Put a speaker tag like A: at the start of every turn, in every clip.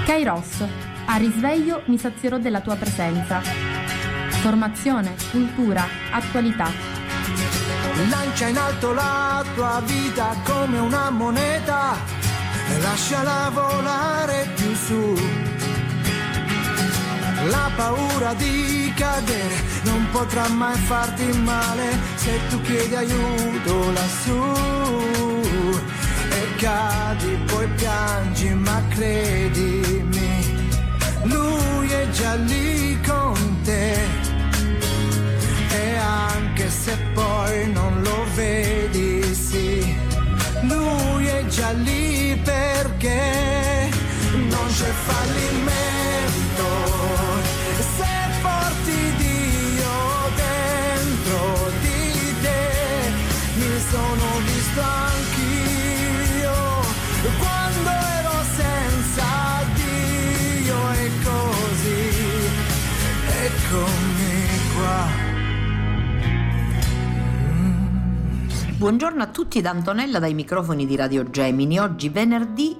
A: Kairos, a risveglio mi sazierò della tua presenza. Formazione, cultura, attualità.
B: Lancia in alto la tua vita come una moneta e lasciala volare più su. La paura di cadere non potrà mai farti male se tu chiedi aiuto lassù. E cadi, poi piangi, ma credimi, lui è già lì con te. E anche se poi non lo vedi, sì, lui è già lì perché non c'è fallimento se porti Dio dentro di te. Mi sono visto anch'io quando ero senza Dio e così eccomi qua.
C: Buongiorno a tutti da Antonella dai microfoni di Radio Gemini. Oggi venerdì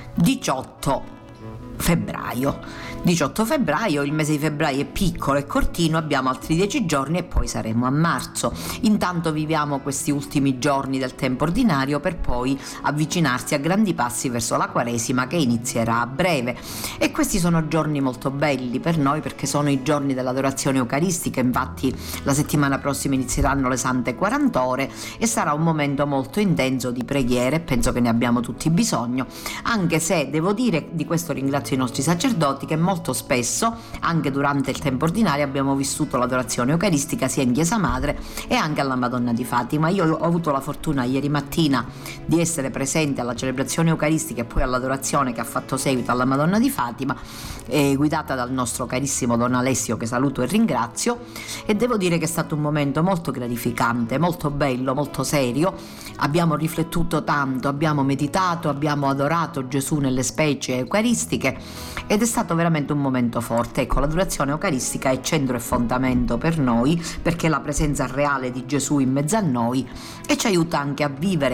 C: 18 febbraio. 18 febbraio, il mese di febbraio è piccolo e cortino, abbiamo altri 10 giorni e poi saremo a marzo. Intanto viviamo questi ultimi giorni del tempo ordinario per poi avvicinarsi a grandi passi verso la Quaresima che inizierà a breve. E questi sono giorni molto belli per noi perché sono i giorni dell'adorazione eucaristica. Infatti la settimana prossima inizieranno le Sante 40 ore e sarà un momento molto intenso di preghiere e penso che ne abbiamo tutti bisogno, anche se devo dire, di questo ringrazio i nostri sacerdoti, che molto spesso anche durante il tempo ordinario abbiamo vissuto l'adorazione eucaristica sia in Chiesa Madre e anche alla Madonna di Fatima. Io ho avuto la fortuna ieri mattina di essere presente alla celebrazione eucaristica e poi all'adorazione che ha fatto seguito alla Madonna di Fatima, guidata dal nostro carissimo Don Alessio, che saluto e ringrazio, e devo dire che è stato un momento molto gratificante, molto bello, molto serio. Abbiamo riflettuto tanto, abbiamo meditato, abbiamo adorato Gesù nelle specie eucaristiche ed è stato veramente un momento forte. Ecco, l'adorazione eucaristica è centro e fondamento per noi perché è la presenza reale di Gesù in mezzo a noi e ci aiuta anche a vivere,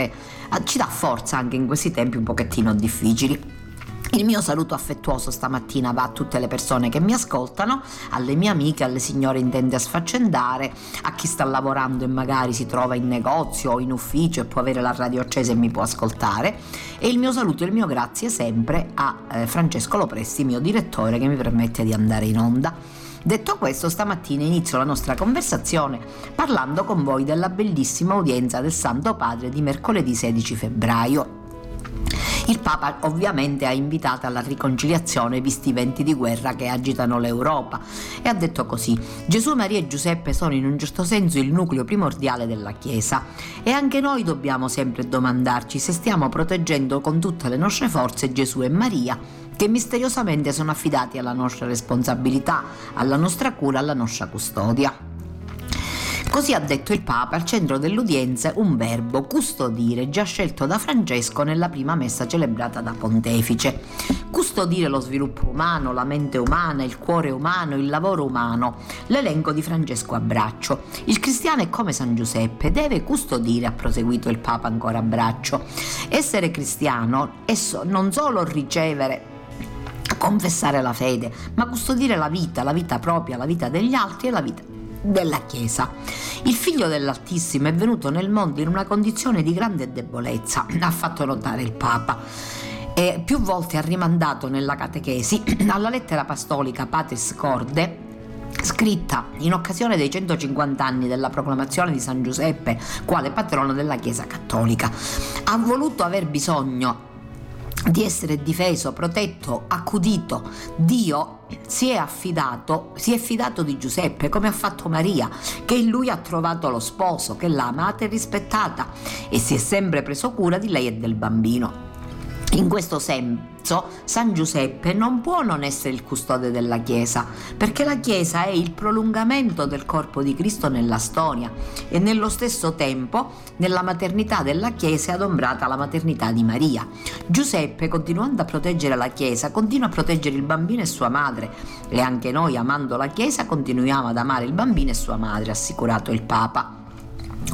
C: ci dà forza anche in questi tempi un pochettino difficili. Il mio saluto affettuoso stamattina va a tutte le persone che mi ascoltano, alle mie amiche, alle signore intente a sfaccendare, a chi sta lavorando e magari si trova in negozio o in ufficio e può avere la radio accesa e mi può ascoltare, e il mio saluto e il mio grazie sempre a Francesco Lopresti, mio direttore, che mi permette di andare in onda. Detto questo, stamattina inizio la nostra conversazione parlando con voi della bellissima udienza del Santo Padre di mercoledì 16 febbraio. Il Papa ovviamente ha invitato alla riconciliazione visti i venti di guerra che agitano l'Europa e ha detto così: Gesù, Maria e Giuseppe sono in un certo senso il nucleo primordiale della Chiesa e anche noi dobbiamo sempre domandarci se stiamo proteggendo con tutte le nostre forze Gesù e Maria, che misteriosamente sono affidati alla nostra responsabilità, alla nostra cura, alla nostra custodia. Così ha detto il Papa al centro dell'udienza un verbo, custodire, già scelto da Francesco nella prima messa celebrata da Pontefice. Custodire lo sviluppo umano, la mente umana, il cuore umano, il lavoro umano. L'elenco di Francesco a braccio. Il cristiano è come San Giuseppe, deve custodire, ha proseguito il Papa ancora a braccio. Essere cristiano è non solo ricevere, confessare la fede, ma custodire la vita propria, la vita degli altri e la vita della Chiesa. Il figlio dell'Altissimo è venuto nel mondo in una condizione di grande debolezza, ha fatto notare il Papa, e più volte ha rimandato nella catechesi alla lettera apostolica Patris Corde, scritta in occasione dei 150 anni della proclamazione di San Giuseppe quale patrono della Chiesa Cattolica. Ha voluto aver bisogno di essere difeso, protetto, accudito. Dio si è fidato di Giuseppe, come ha fatto Maria, che in lui ha trovato lo sposo, che l'ha amata e rispettata, e si è sempre preso cura di lei e del bambino. In questo senso San Giuseppe non può non essere il custode della Chiesa, perché la Chiesa è il prolungamento del corpo di Cristo nella storia e nello stesso tempo nella maternità della Chiesa è adombrata la maternità di Maria. Giuseppe, continuando a proteggere la Chiesa, continua a proteggere il bambino e sua madre, e anche noi, amando la Chiesa, continuiamo ad amare il bambino e sua madre, ha assicurato il Papa.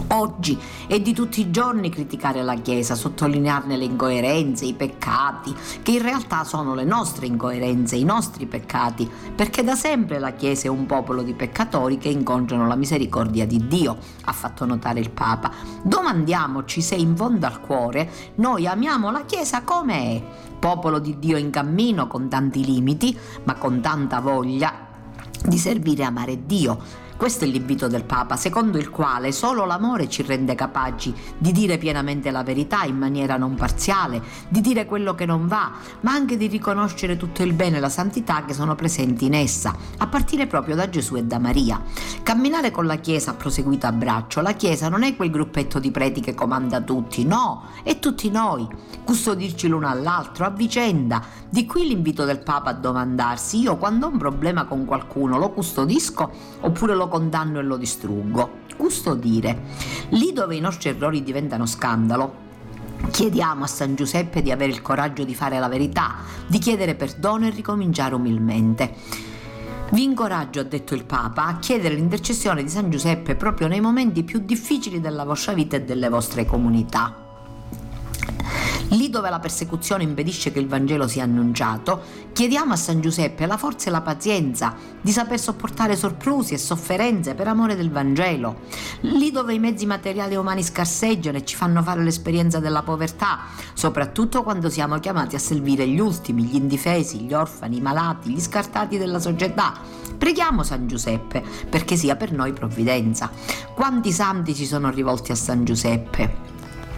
C: Oggi è di tutti i giorni criticare la Chiesa, sottolinearne le incoerenze, i peccati, che in realtà sono le nostre incoerenze, i nostri peccati, perché da sempre la Chiesa è un popolo di peccatori che incontrano la misericordia di Dio, ha fatto notare il Papa. Domandiamoci se in fondo al cuore noi amiamo la Chiesa come è, popolo di Dio in cammino con tanti limiti, ma con tanta voglia di servire e amare Dio. Questo è l'invito del Papa, secondo il quale solo l'amore ci rende capaci di dire pienamente la verità in maniera non parziale, di dire quello che non va, ma anche di riconoscere tutto il bene e la santità che sono presenti in essa, a partire proprio da Gesù e da Maria. Camminare con la Chiesa, ha proseguito a braccio, la Chiesa non è quel gruppetto di preti che comanda tutti, no, è tutti noi, custodirci l'uno all'altro, a vicenda. Di qui l'invito del Papa a domandarsi: io quando ho un problema con qualcuno lo custodisco oppure lo condanno e lo distruggo? Custodire. Lì dove i nostri errori diventano scandalo, chiediamo a San Giuseppe di avere il coraggio di fare la verità, di chiedere perdono e ricominciare umilmente. Vi incoraggio, ha detto il Papa, a chiedere l'intercessione di San Giuseppe proprio nei momenti più difficili della vostra vita e delle vostre comunità. Lì dove la persecuzione impedisce che il Vangelo sia annunciato, chiediamo a San Giuseppe la forza e la pazienza di saper sopportare soprusi e sofferenze per amore del Vangelo. Lì dove i mezzi materiali e umani scarseggiano e ci fanno fare l'esperienza della povertà, soprattutto quando siamo chiamati a servire gli ultimi, gli indifesi, gli orfani, i malati, gli scartati della società. Preghiamo San Giuseppe perché sia per noi provvidenza. Quanti santi si sono rivolti a San Giuseppe?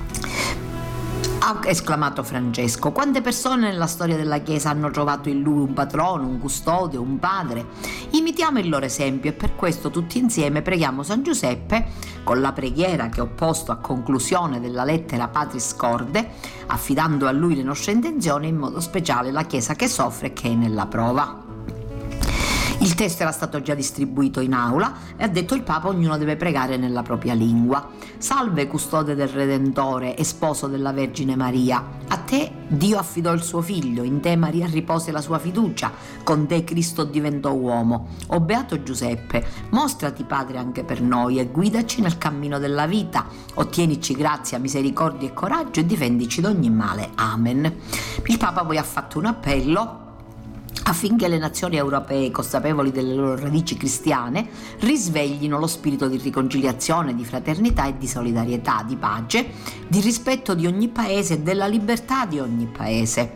C: Ha esclamato Francesco. Quante persone nella storia della Chiesa hanno trovato in lui un patrono, un custode, un padre? Imitiamo il loro esempio e per questo tutti insieme preghiamo San Giuseppe con la preghiera che ho posto a conclusione della lettera Patris Corde, affidando a lui le nostre intenzioni, in modo speciale la Chiesa che soffre e che è nella prova. Il testo era stato già distribuito in aula e ha detto il Papa: ognuno deve pregare nella propria lingua. Salve custode del Redentore e sposo della Vergine Maria, a te Dio affidò il suo figlio, in te Maria ripose la sua fiducia, con te Cristo diventò uomo. O beato Giuseppe, mostrati Padre anche per noi e guidaci nel cammino della vita, ottienici grazia, misericordia e coraggio e difendici da ogni male. Amen. Il Papa poi ha fatto un appello affinché le nazioni europee, consapevoli delle loro radici cristiane, risveglino lo spirito di riconciliazione, di fraternità e di solidarietà, di pace, di rispetto di ogni paese e della libertà di ogni paese.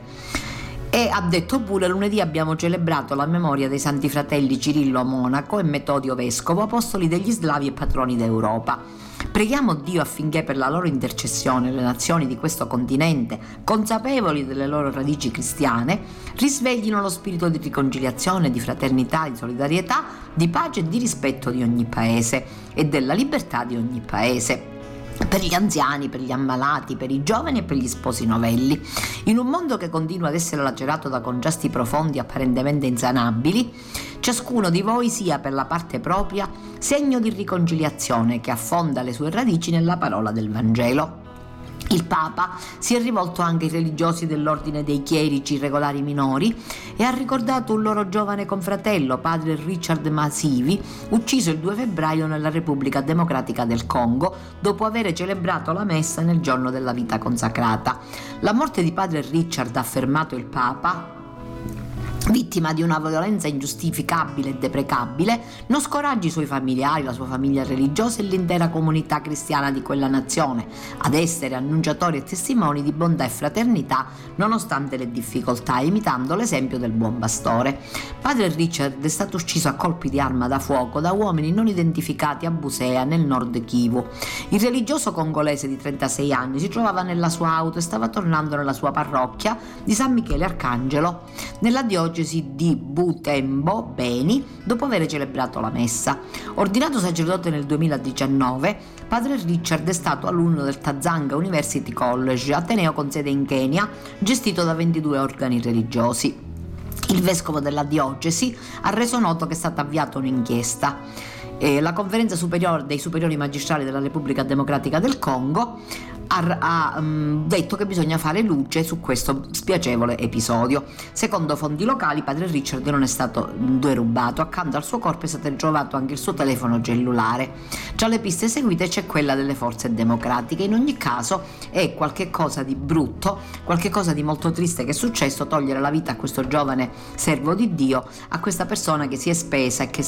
C: E ha detto pure: lunedì abbiamo celebrato la memoria dei santi fratelli Cirillo monaco e Metodio vescovo, apostoli degli Slavi e patroni d'Europa. Preghiamo Dio affinché per la loro intercessione le nazioni di questo continente, consapevoli delle loro radici cristiane, risveglino lo spirito di riconciliazione, di fraternità, di solidarietà, di pace e di rispetto di ogni paese e della libertà di ogni paese. Per gli anziani, per gli ammalati, per i giovani e per gli sposi novelli. In un mondo che continua ad essere lacerato da contrasti profondi apparentemente insanabili, ciascuno di voi sia per la parte propria segno di riconciliazione che affonda le sue radici nella parola del Vangelo. Il Papa si è rivolto anche ai religiosi dell'ordine dei chierici regolari minori e ha ricordato un loro giovane confratello, padre Richard Masivi, ucciso il 2 febbraio nella Repubblica Democratica del Congo dopo aver celebrato la messa nel giorno della vita consacrata. La morte di padre Richard, ha affermato il Papa, vittima di una violenza ingiustificabile e deprecabile, non scoraggi i suoi familiari, la sua famiglia religiosa e l'intera comunità cristiana di quella nazione ad essere annunciatori e testimoni di bontà e fraternità nonostante le difficoltà, imitando l'esempio del buon pastore. Padre Richard è stato ucciso a colpi di arma da fuoco da uomini non identificati a Busea, nel nord Kivu. Il religioso congolese di 36 anni si trovava nella sua auto e stava tornando nella sua parrocchia di San Michele Arcangelo, nella diocesi di Butembo, Beni, dopo aver celebrato la messa. Ordinato sacerdote nel 2019, padre Richard è stato alunno del Tazanga University College, ateneo con sede in Kenya, gestito da 22 organi religiosi. Il vescovo della diocesi ha reso noto che è stata avviata un'inchiesta. La Conferenza dei superiori magistrali della Repubblica Democratica del Congo ha detto che bisogna fare luce su questo spiacevole episodio. Secondo fonti locali, padre Richard non è stato derubato, accanto al suo corpo è stato trovato anche il suo telefono cellulare. Tra le piste seguite c'è quella delle forze democratiche. In ogni caso è qualche cosa di brutto, qualche cosa di molto triste che è successo, togliere la vita a questo giovane servo di Dio, a questa persona che si è spesa e che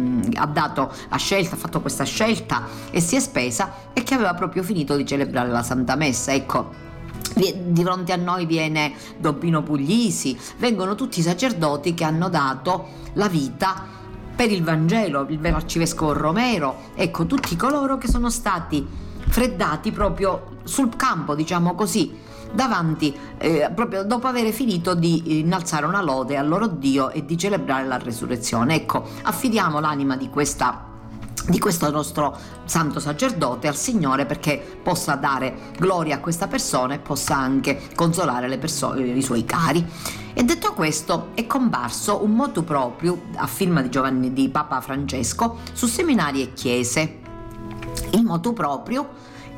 C: ha fatto questa scelta e si è spesa, e che aveva proprio finito di celebrare la Santa Messa. Ecco, di fronte a noi viene Dobbino Puglisi, vengono tutti i sacerdoti che hanno dato la vita per il Vangelo, il vero arcivescovo Romero, ecco, tutti coloro che sono stati freddati proprio sul campo, diciamo così, davanti, proprio dopo aver finito di innalzare una lode al loro Dio e di celebrare la resurrezione. Ecco, affidiamo l'anima di questo nostro santo sacerdote al Signore, perché possa dare gloria a questa persona e possa anche consolare i suoi cari. E detto questo, è comparso un motu proprio a firma di Papa Francesco su seminari e chiese. Il motu proprio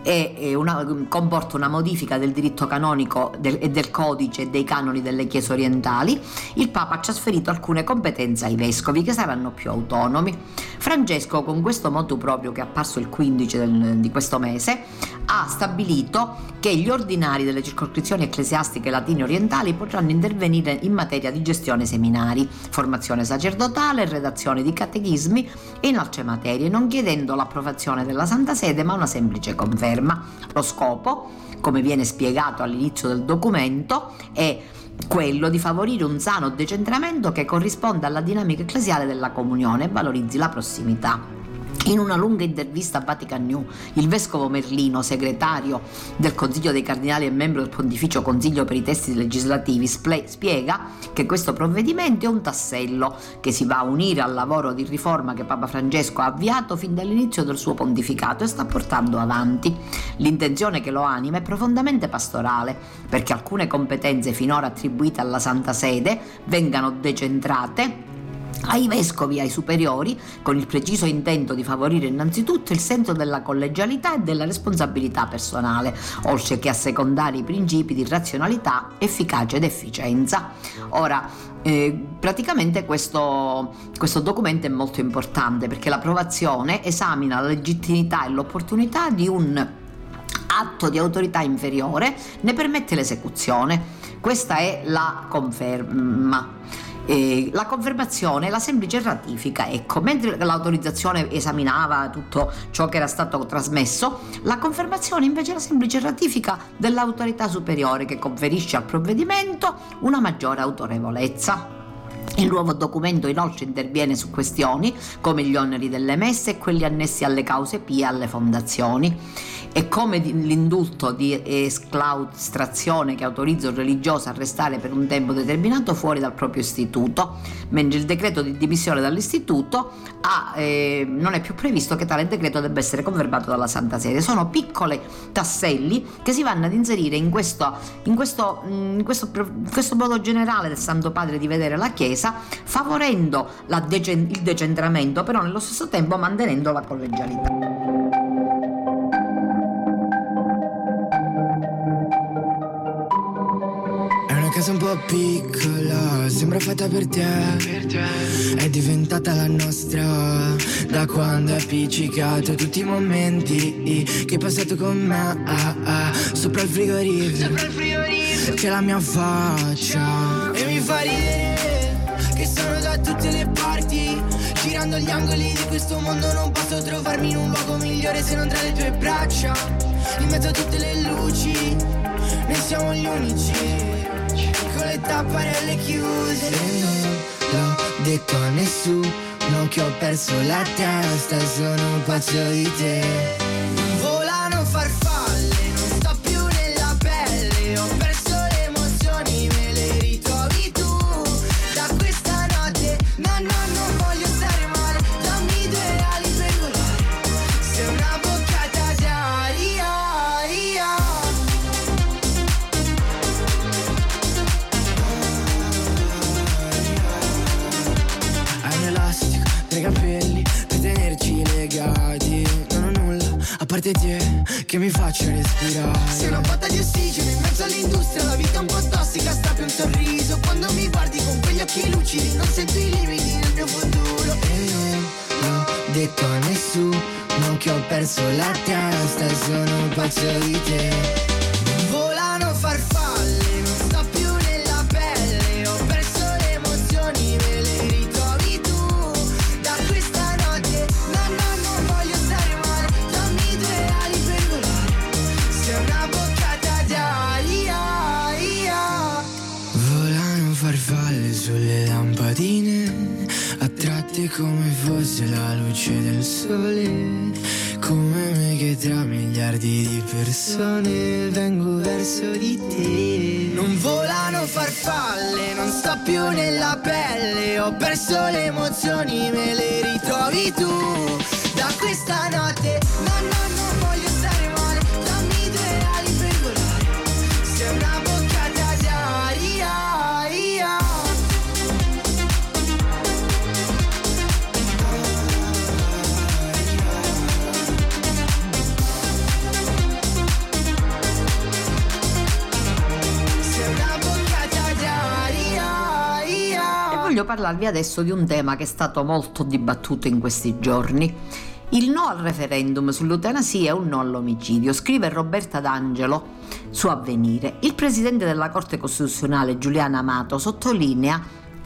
C: comporta una modifica del diritto canonico e del codice e dei canoni delle chiese orientali. Il Papa ha trasferito alcune competenze ai vescovi, che saranno più autonomi. Francesco, con questo motu proprio che è apparso il 15 di questo mese, ha stabilito che gli ordinari delle circoscrizioni ecclesiastiche latine orientali potranno intervenire in materia di gestione seminari, formazione sacerdotale, redazione di catechismi e in altre materie, non chiedendo l'approvazione della Santa Sede ma una semplice conferma. Lo scopo, come viene spiegato all'inizio del documento, è quello di favorire un sano decentramento che corrisponda alla dinamica ecclesiale della comunione e valorizzi la prossimità. In una lunga intervista a Vatican News, il vescovo Merlino, segretario del Consiglio dei Cardinali e membro del Pontificio Consiglio per i Testi Legislativi, spiega che questo provvedimento è un tassello che si va a unire al lavoro di riforma che Papa Francesco ha avviato fin dall'inizio del suo pontificato e sta portando avanti. L'intenzione che lo anima è profondamente pastorale, perché alcune competenze finora attribuite alla Santa Sede vengano decentrate ai vescovi e ai superiori, con il preciso intento di favorire innanzitutto il senso della collegialità e della responsabilità personale, oltre che assecondare i principi di razionalità, efficacia ed efficienza. Ora, praticamente questo documento è molto importante, perché l'approvazione esamina la legittimità e l'opportunità di un atto di autorità inferiore, ne permette l'esecuzione. Questa è la conferma. La confermazione è la semplice ratifica. Ecco, mentre l'autorizzazione esaminava tutto ciò che era stato trasmesso, la confermazione invece è la semplice ratifica dell'autorità superiore, che conferisce al provvedimento una maggiore autorevolezza. Il nuovo documento inoltre interviene su questioni come gli oneri delle messe e quelli annessi alle cause pie e alle fondazioni, e come l'indulto di esclaustrazione che autorizza un religioso a restare per un tempo determinato fuori dal proprio istituto, mentre il decreto di dimissione dall'istituto non è più previsto che tale decreto debba essere confermato dalla Santa Sede. Sono piccoli tasselli che si vanno ad inserire in questo modo generale del Santo Padre di vedere la Chiesa, favorendo il decentramento, però nello stesso tempo mantenendo la collegialità.
B: Casa un po' piccola, sembra fatta per te. È diventata la nostra da quando hai appiccicato tutti i momenti che hai passato con me. Sopra il frigorifero c'è la mia faccia e mi fa ridere che sono da tutte le parti. Girando gli angoli di questo mondo non posso trovarmi in un luogo migliore se non tra le tue braccia. In mezzo a tutte le luci noi siamo gli unici, con le tapparelle chiuse. Non l'ho detto a nessuno che ho perso la testa, sono pazzo di te. Volano farfalle, non sto più nella pelle, ho perso le emozioni, me le ritrovi tu. Da questa notte, non voglio stare male, dammi 2 ali per volare, sei una boccata d'aria. Hai un elastico tra i capelli per tenerci legati, non ho nulla parte te che mi faccia respirare. Sei una botta di ossigeno in mezzo all'industria, la vita è un po' tossica, strappi un sorriso quando mi guardi con quegli occhi lucidi, non sento i limiti nel mio futuro. E non l'ho detto a nessuno che ho perso la testa, sono pazzo di te. Volano farfalle, non sto più nella pelle, ho perso le emozioni, me le ritrovi tu. Da questa notte, non voglio stare male, dammi 2 ali per volare, sei una boccata d'aria. Volano farfalle sulle lampadine, attratte come fosse la luce del sole, come me che tra miliardi di persone vengo verso di te. Non volano farfalle, non sto più nella pelle, ho perso le emozioni, me le ritrovi tu. Da questa notte, non voglio stare male, dammi 2 ali per volare, sei una boccata d'aria.
C: Voglio parlarvi adesso di un tema che è stato molto dibattuto in questi giorni. Il no al referendum sull'eutanasia è un no all'omicidio, scrive Roberta D'Angelo su Avvenire. Il presidente della Corte Costituzionale Giuliano Amato sottolinea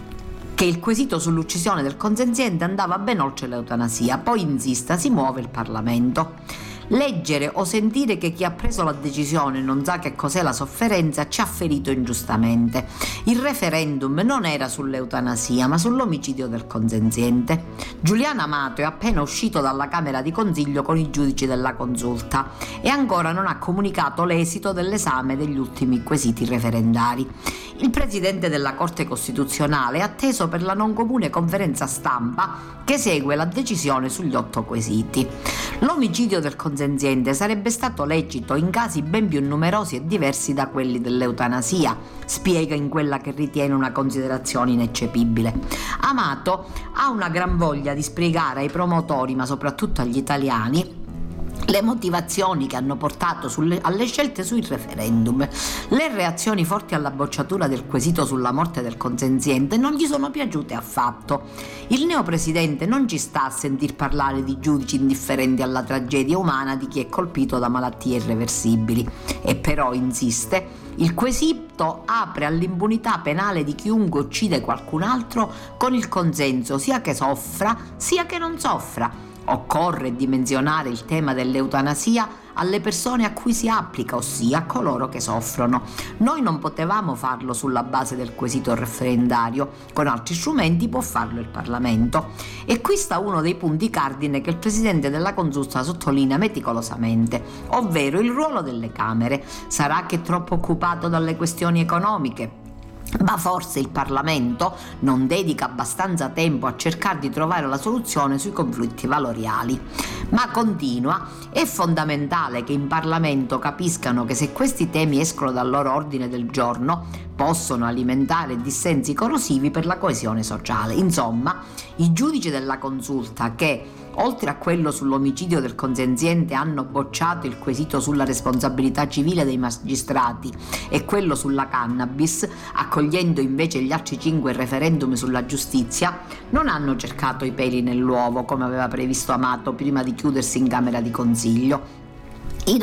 C: che il quesito sull'uccisione del consenziente andava ben oltre l'eutanasia, poi insista, si muove il Parlamento. Leggere o sentire che chi ha preso la decisione non sa che cos'è la sofferenza ci ha ferito ingiustamente. Il referendum non era sull'eutanasia ma sull'omicidio del consenziente. Giuliano Amato è appena uscito dalla Camera di Consiglio con i giudici della consulta e ancora non ha comunicato l'esito dell'esame degli ultimi quesiti referendari. Il presidente della Corte Costituzionale è atteso per la non comune conferenza stampa che segue la decisione sugli 8 quesiti. L'omicidio del consenziente sarebbe stato lecito in casi ben più numerosi e diversi da quelli dell'eutanasia, spiega in quella che ritiene una considerazione ineccepibile. Amato ha una gran voglia di spiegare ai promotori, ma soprattutto agli italiani, le motivazioni che hanno portato alle scelte sul referendum. Le reazioni forti alla bocciatura del quesito sulla morte del consenziente non gli sono piaciute affatto. Il neopresidente non ci sta a sentir parlare di giudici indifferenti alla tragedia umana di chi è colpito da malattie irreversibili e però insiste: il quesito apre all'impunità penale di chiunque uccide qualcun altro con il consenso sia che soffra sia che non soffra. Occorre dimensionare il tema dell'eutanasia alle persone a cui si applica, ossia a coloro che soffrono. Noi non potevamo farlo sulla base del quesito referendario, con altri strumenti può farlo il Parlamento. E qui sta uno dei punti cardine che il Presidente della Consulta sottolinea meticolosamente, ovvero il ruolo delle Camere. Sarà che è troppo occupato dalle questioni economiche? Ma forse il Parlamento non dedica abbastanza tempo a cercare di trovare la soluzione sui conflitti valoriali. Ma continua: è fondamentale che in Parlamento capiscano che se questi temi escono dal loro ordine del giorno possono alimentare dissensi corrosivi per la coesione sociale. Insomma, i giudici della consulta che, oltre a quello sull'omicidio del consenziente, hanno bocciato il quesito sulla responsabilità civile dei magistrati e quello sulla cannabis, accogliendo invece gli altri 5 referendum sulla giustizia, non hanno cercato i peli nell'uovo come aveva previsto Amato prima di chiudersi in Camera di Consiglio. In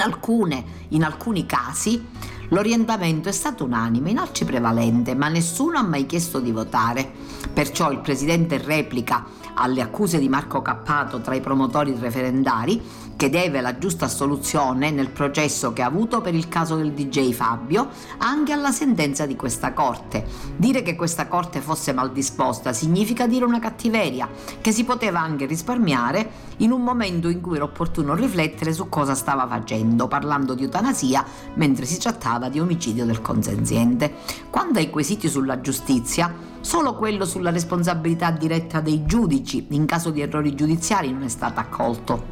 C: alcuni casi l'orientamento è stato unanime, in altri prevalente, ma nessuno ha mai chiesto di votare. Perciò il Presidente replica alle accuse di Marco Cappato tra i promotori referendari che deve la giusta soluzione nel processo che ha avuto per il caso del DJ Fabio anche alla sentenza di questa Corte. Dire che questa Corte fosse mal disposta significa dire una cattiveria che si poteva anche risparmiare in un momento in cui era opportuno riflettere su cosa stava facendo, parlando di eutanasia mentre si trattava di omicidio del consenziente. Quanto ai quesiti sulla giustizia, solo quello sulla responsabilità diretta dei giudici in caso di errori giudiziari non è stato accolto.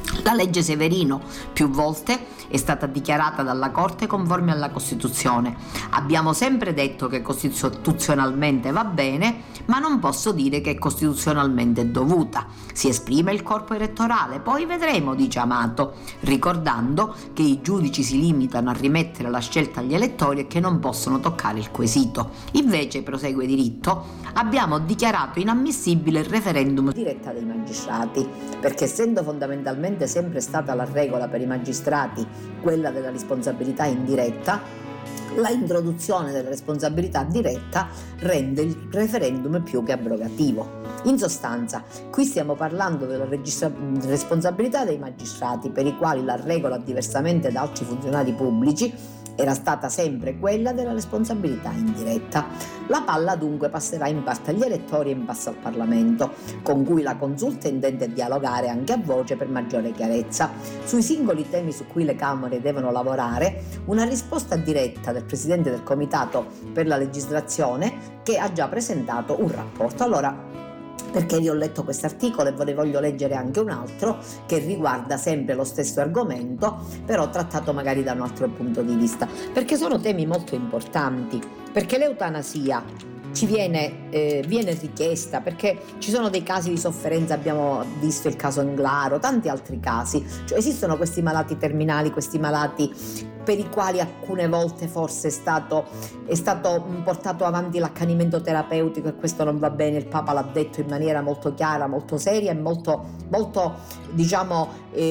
C: La legge Severino più volte è stata dichiarata dalla Corte conforme alla Costituzione. Abbiamo sempre detto che costituzionalmente va bene, ma non posso dire che è costituzionalmente dovuta. Si esprime il corpo elettorale, poi vedremo, dice Amato, ricordando che i giudici si limitano a rimettere la scelta agli elettori e che non possono toccare il quesito. Invece, prosegue Diritto, abbiamo dichiarato inammissibile il referendum diretta dei magistrati, perché essendo fondamentalmente sempre stata la regola per i magistrati quella della responsabilità indiretta, la introduzione della responsabilità diretta rende il referendum più che abrogativo. In sostanza, qui stiamo parlando della responsabilità dei magistrati, per i quali la regola, diversamente da altri funzionari pubblici, era stata sempre quella della responsabilità indiretta. La palla dunque passerà in parte agli elettori e in parte al Parlamento, con cui la Consulta intende dialogare anche a voce per maggiore chiarezza. Sui singoli temi su cui le Camere devono lavorare, una risposta diretta del Presidente del Comitato per la legislazione, che ha già presentato un rapporto. Allora, perché vi ho letto questo articolo e ve ne voglio leggere anche un altro che riguarda sempre lo stesso argomento, però trattato magari da un altro punto di vista, perché sono temi molto importanti, perché l'eutanasia ci viene richiesta, perché ci sono dei casi di sofferenza, abbiamo visto il caso Englaro, tanti altri casi, cioè esistono questi malati terminali, questi malati per i quali alcune volte forse è stato portato avanti l'accanimento terapeutico e questo non va bene. Il Papa l'ha detto in maniera molto chiara, molto seria e molto diciamo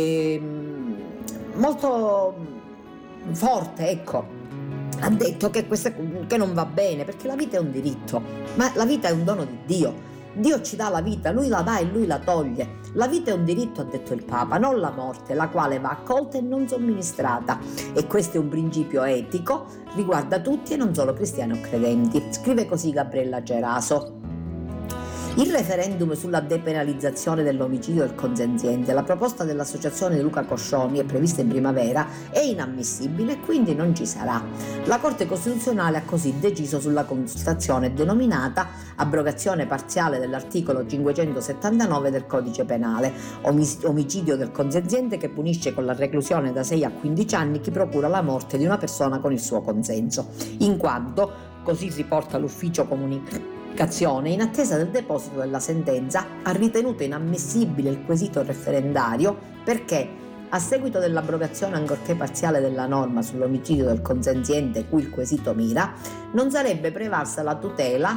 C: molto forte, ecco. Ha detto che non va bene, perché la vita è un diritto, ma la vita è un dono di Dio. Dio ci dà la vita, Lui la dà e Lui la toglie. La vita è un diritto, ha detto il Papa, non la morte, la quale va accolta e non somministrata. E questo è un principio etico, riguarda tutti e non solo cristiani o credenti. Scrive così Gabriella Geraso. Il referendum sulla depenalizzazione dell'omicidio del consenziente, la proposta dell'associazione di Luca Coscioni, è prevista in primavera, è inammissibile e quindi non ci sarà. La Corte Costituzionale ha così deciso sulla consultazione denominata abrogazione parziale dell'articolo 579 del Codice Penale, omicidio del consenziente, che punisce con la reclusione da 6 a 15 anni chi procura la morte di una persona con il suo consenso, in quanto, così riporta l'ufficio comunicazione, in attesa del deposito della sentenza, ha ritenuto inammissibile il quesito referendario perché, a seguito dell'abrogazione ancorché parziale della norma sull'omicidio del consenziente cui il quesito mira, non sarebbe prevalsa la tutela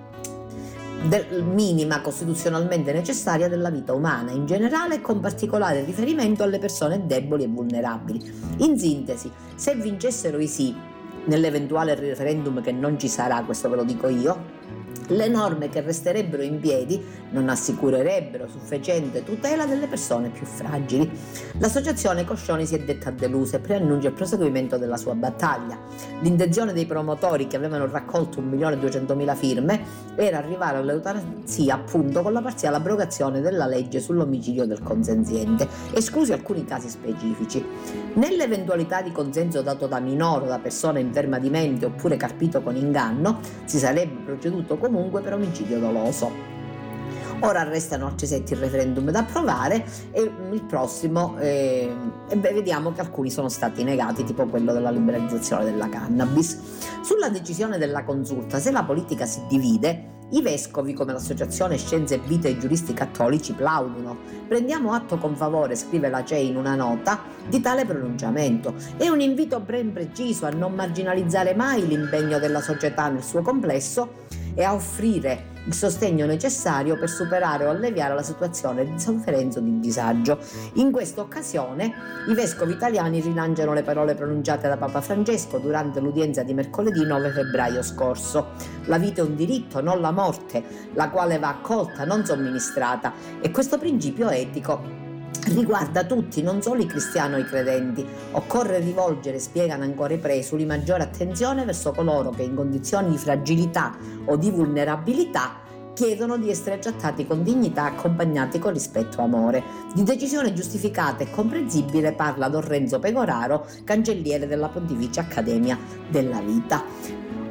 C: minima costituzionalmente necessaria della vita umana in generale e con particolare riferimento alle persone deboli e vulnerabili. In sintesi, se vincessero i sì nell'eventuale referendum, che non ci sarà, questo ve lo dico io, le norme che resterebbero in piedi non assicurerebbero sufficiente tutela delle persone più fragili. L'associazione Coscioni si è detta delusa e preannuncia il proseguimento della sua battaglia. L'intenzione dei promotori, che avevano raccolto 1.200.000 firme, era arrivare all'eutanasia appunto con la parziale abrogazione della legge sull'omicidio del consenziente, esclusi alcuni casi specifici. Nell'eventualità di consenso dato da minore o da persona inferma di mente oppure carpito con inganno, si sarebbe proceduto comunque per omicidio doloso. Ora restano altri 7 referendum da approvare e il prossimo vediamo che alcuni sono stati negati, tipo quello della liberalizzazione della cannabis. Sulla decisione della Consulta, se la politica si divide, i vescovi, come l'associazione Scienze e Vita e giuristi cattolici, plaudono. Prendiamo atto con favore, scrive la CEI in una nota, di tale pronunciamento. È un invito ben preciso a non marginalizzare mai l'impegno della società nel suo complesso e a offrire il sostegno necessario per superare o alleviare la situazione di sofferenza o di disagio. In questa occasione i vescovi italiani rilanciano le parole pronunciate da Papa Francesco durante l'udienza di mercoledì 9 febbraio scorso. La vita è un diritto, non la morte, la quale va accolta, non somministrata, e questo principio etico riguarda tutti, non solo i cristiani o i credenti. Occorre rivolgere, spiegano ancora i presuli, maggiore attenzione verso coloro che in condizioni di fragilità o di vulnerabilità chiedono di essere trattati con dignità, accompagnati con rispetto e amore. Di decisione giustificata e comprensibile parla Don Renzo Pegoraro, cancelliere della Pontificia Accademia della Vita.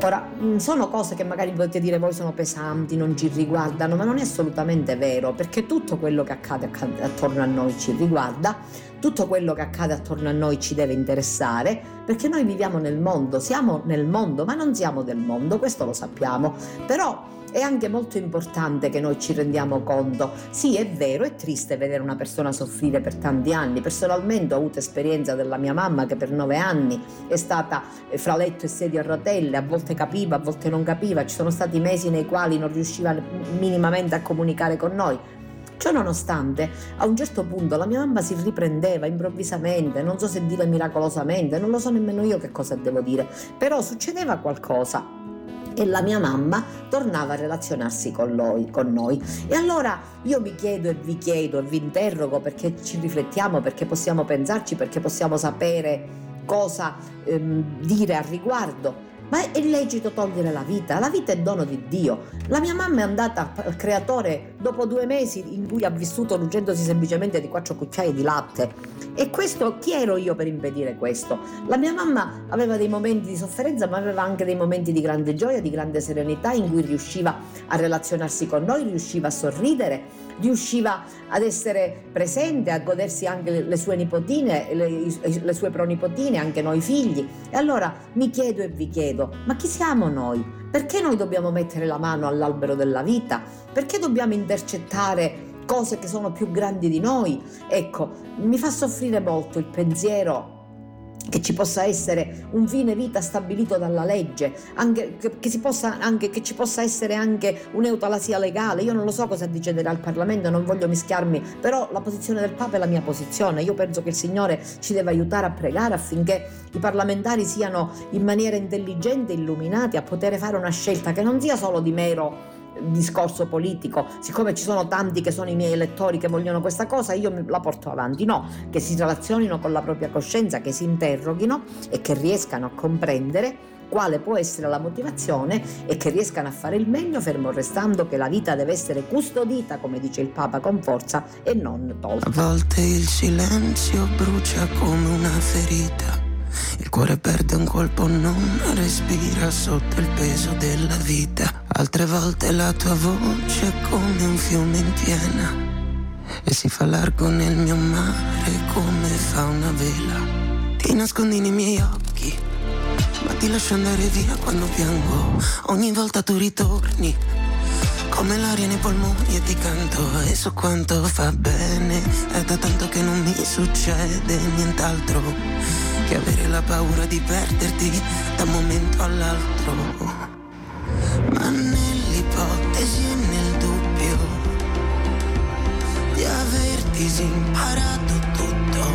C: Ora, sono cose che magari potete dire voi sono pesanti, non ci riguardano, ma non è assolutamente vero, perché tutto quello che accade attorno a noi ci riguarda, tutto quello che accade attorno a noi ci deve interessare, perché noi viviamo nel mondo, siamo nel mondo, ma non siamo del mondo, questo lo sappiamo, però è anche molto importante che noi ci rendiamo conto. Sì, è vero, è triste vedere una persona soffrire per tanti anni. Personalmente ho avuto esperienza della mia mamma che per 9 anni è stata fra letto e sedia a rotelle, a volte capiva, a volte non capiva, ci sono stati mesi nei quali non riusciva minimamente a comunicare con noi. Ciò nonostante, a un certo punto la mia mamma si riprendeva improvvisamente, non so se dire miracolosamente, non lo so nemmeno io che cosa devo dire, però succedeva qualcosa e la mia mamma tornava a relazionarsi con noi. E allora io mi chiedo e vi interrogo, perché ci riflettiamo, perché possiamo pensarci, perché possiamo sapere cosa dire al riguardo. Ma è lecito togliere la vita? La vita è dono di Dio. La mia mamma è andata al creatore dopo 2 mesi in cui ha vissuto nutrendosi semplicemente di 4 cucchiai di latte. E questo, chi ero io per impedire questo? La mia mamma aveva dei momenti di sofferenza, ma aveva anche dei momenti di grande gioia, di grande serenità, in cui riusciva a relazionarsi con noi, riusciva a sorridere, riusciva ad essere presente, a godersi anche le sue nipotine, le sue pronipotine, anche noi figli. E allora mi chiedo e vi chiedo, ma chi siamo noi? Perché noi dobbiamo mettere la mano all'albero della vita? Perché dobbiamo intercettare cose che sono più grandi di noi? Ecco, mi fa soffrire molto il pensiero che ci possa essere un fine vita stabilito dalla legge, anche che ci possa essere anche un'eutanasia legale. Io non lo so cosa deciderà il Parlamento, non voglio mischiarmi, però la posizione del Papa è la mia posizione. Io penso che il Signore ci deve aiutare a pregare affinché i parlamentari siano in maniera intelligente illuminati a poter fare una scelta che non sia solo di mero discorso politico, siccome ci sono tanti che sono i miei elettori che vogliono questa cosa, io la porto avanti. No, che si relazionino con la propria coscienza, che si interroghino e che riescano a comprendere quale può essere la motivazione e che riescano a fare il meglio, fermo restando che la vita deve essere custodita, come dice il Papa, con forza e non tolta.
B: A volte il silenzio brucia come una ferita, il cuore perde un colpo, non respira sotto il peso della vita. Altre volte la tua voce è come un fiume in piena e si fa largo nel mio mare come fa una vela. Ti nascondi nei miei occhi, ma ti lascio andare via quando piango. Ogni volta tu ritorni come l'aria nei polmoni e ti canto, e so quanto fa bene. È da tanto che non mi succede nient'altro che avere la paura di perderti da un momento all'altro. Ma nell'ipotesi e nel dubbio di averti imparato tutto,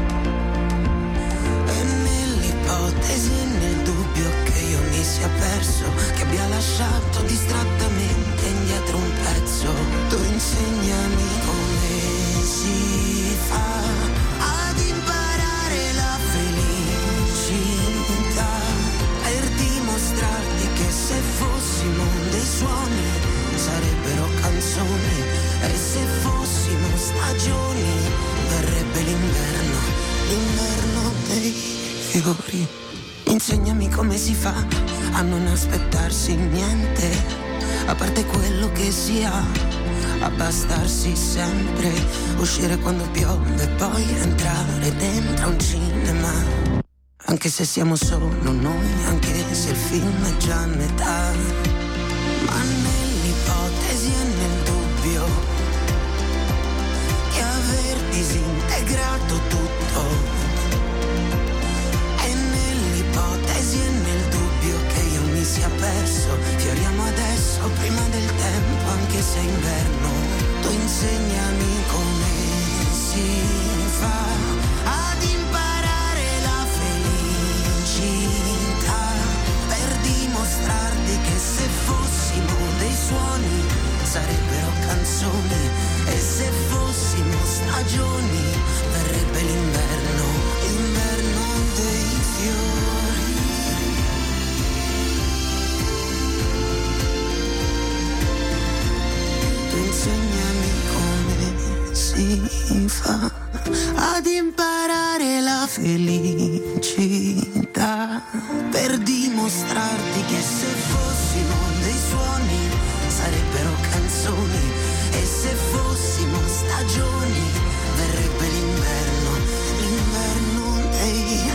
B: e nell'ipotesi e nel dubbio che io mi sia perso, che abbia lasciato distrattamente indietro un pezzo, tu insegnami come si fa ad imparare la felicità, per dimostrarti che se fossimo dei suoni sarebbero canzoni, e se fossimo stagioni verrebbe l'inverno dei fiori. Insegnami come si fa a non aspettarsi niente, a parte quello che si ha, abbastarsi sempre, uscire quando piove e poi entrare dentro un cinema, anche se siamo solo noi, anche se il film è già a metà. Ma nell'ipotesi e nel dubbio di aver disintegrato tutto, e nell'ipotesi e nel dubbio che io mi sia perso, fioriamo adesso prima del tempo, anche se è inverno. Tu insegnami come si fa ad imparare la felicità, per dimostrarti che se fossimo dei suoni sarebbero canzoni, e se fossimo stagioni verrebbe l'inverno dei fiori. Tu insegnami come si fa ad imparare la felicità, per dimostrarti che se
D: stagioni, e se fossimo stagioni verrebbe l'inverno, l'inverno dei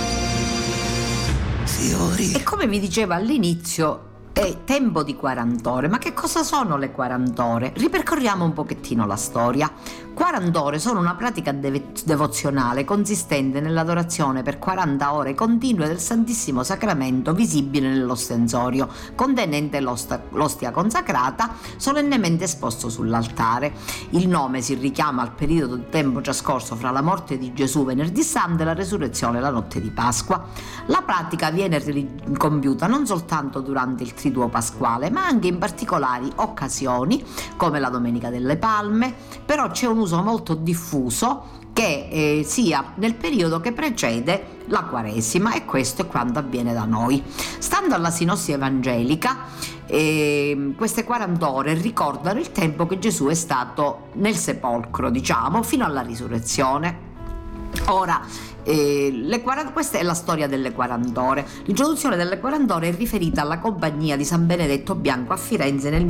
D: fiori.
C: E come vi dicevo all'inizio, è tempo di 40 ore. Ma che cosa sono le 40 ore? Ripercorriamo un pochettino la storia. 40 ore sono una pratica devozionale consistente nell'adorazione per 40 ore continue del Santissimo Sacramento visibile nell'ostensorio, contenente l'ostia consacrata solennemente esposto sull'altare. Il nome si richiama al periodo di tempo trascorso fra la morte di Gesù venerdì santo e la resurrezione la notte di Pasqua. La pratica viene compiuta non soltanto durante il triduo pasquale, ma anche in particolari occasioni come la Domenica delle Palme, però c'è un uso molto diffuso che sia nel periodo che precede la Quaresima, e questo è quanto avviene da noi. Stando alla sinossi evangelica, queste 40 ore ricordano il tempo che Gesù è stato nel sepolcro, fino alla risurrezione. Ora, questa è la storia delle 40 ore. L'introduzione delle 40 ore è riferita alla compagnia di San Benedetto Bianco a Firenze nel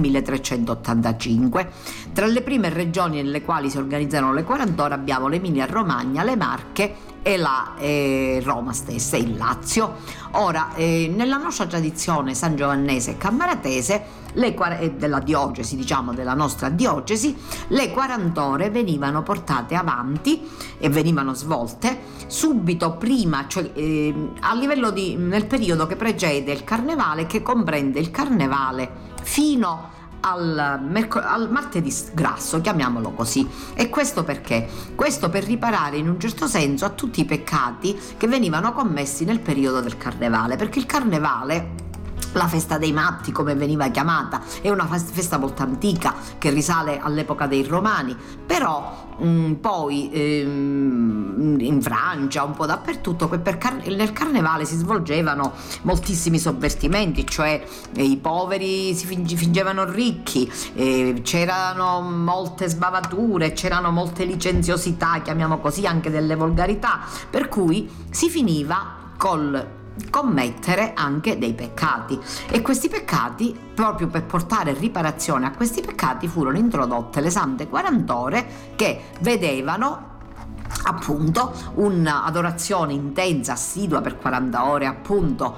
C: 1385. Tra le prime regioni nelle quali si organizzano le 40 ore abbiamo l'Emilia Romagna, le Marche e la Roma stessa, il Lazio. Ora, nella nostra tradizione sangiovannese e cammaratese della diocesi, della nostra diocesi, le 40 ore venivano portate avanti e venivano svolte subito prima, cioè a livello nel periodo che precede il carnevale, che comprende il carnevale fino al martedì grasso, chiamiamolo così. E questo perché? Questo per riparare in un certo senso a tutti i peccati che venivano commessi nel periodo del carnevale, perché il carnevale, la festa dei matti come veniva chiamata, è una festa molto antica che risale all'epoca dei Romani, però poi in Francia, un po' dappertutto, nel carnevale si svolgevano moltissimi sovvertimenti, cioè i poveri si fingevano ricchi, c'erano molte sbavature, c'erano molte licenziosità, chiamiamo così, anche delle volgarità, per cui si finiva col commettere anche dei peccati, e questi peccati, proprio per portare riparazione a questi peccati, furono introdotte le sante 40 ore che vedevano appunto un'adorazione intensa, assidua per 40 ore appunto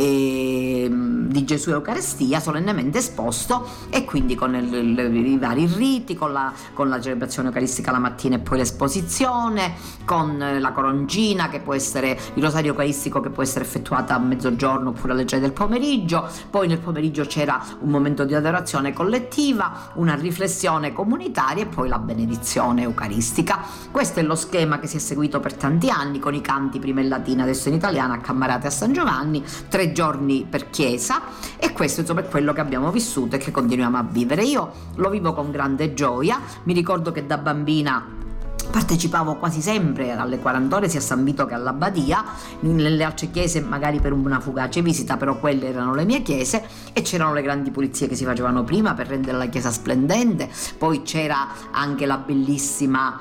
C: di Gesù Eucaristia solennemente esposto, e quindi con i vari riti, con la celebrazione eucaristica la mattina e poi l'esposizione, con la coroncina che può essere, il rosario eucaristico che può essere effettuata a mezzogiorno oppure alle 3 del pomeriggio. Poi nel pomeriggio c'era un momento di adorazione collettiva, una riflessione comunitaria e poi la benedizione eucaristica. Questo è lo schema che si è seguito per tanti anni, con i canti prima in latina adesso in italiano a Cammarate a San Giovanni, 3 giorni per chiesa, e questo insomma è quello che abbiamo vissuto e che continuiamo a vivere. Io lo vivo con grande gioia. Mi ricordo che da bambina partecipavo quasi sempre alle 40 ore sia a San Vito che all'Abbadia, nelle altre chiese magari per una fugace visita, però quelle erano le mie chiese, e c'erano le grandi pulizie che si facevano prima per rendere la chiesa splendente. Poi c'era anche la bellissima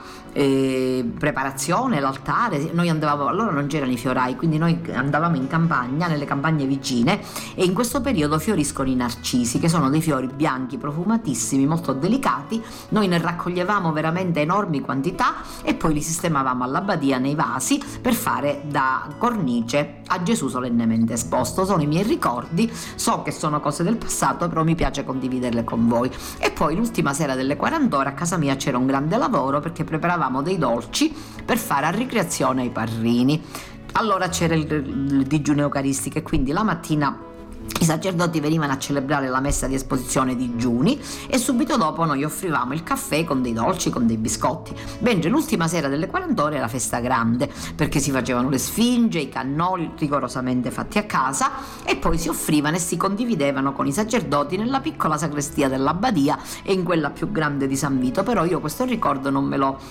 C: preparazione, l'altare. Noi andavamo, allora non c'erano i fiorai, quindi noi andavamo in campagna, nelle campagne vicine, e in questo periodo fioriscono i narcisi, che sono dei fiori bianchi profumatissimi, molto delicati. Noi ne raccoglievamo veramente enormi quantità e poi li sistemavamo all'abbadia nei vasi per fare da cornice a Gesù solennemente esposto. Sono i miei ricordi, so che sono cose del passato, però mi piace condividerle con voi. E poi l'ultima sera delle 40 ore a casa mia c'era un grande lavoro, perché preparavamo dei dolci per fare a ricreazione ai parrini. Allora c'era il digiuno eucaristico, e quindi la mattina i sacerdoti venivano a celebrare la messa di esposizione digiuni, e subito dopo noi offrivamo il caffè con dei dolci, con dei biscotti. Mentre l'ultima sera delle 40 ore era festa grande, perché si facevano le sfinge, i cannoli rigorosamente fatti a casa, e poi si offrivano e si condividevano con i sacerdoti nella piccola sacrestia dell'abbadia e in quella più grande di San Vito. Però io questo ricordo non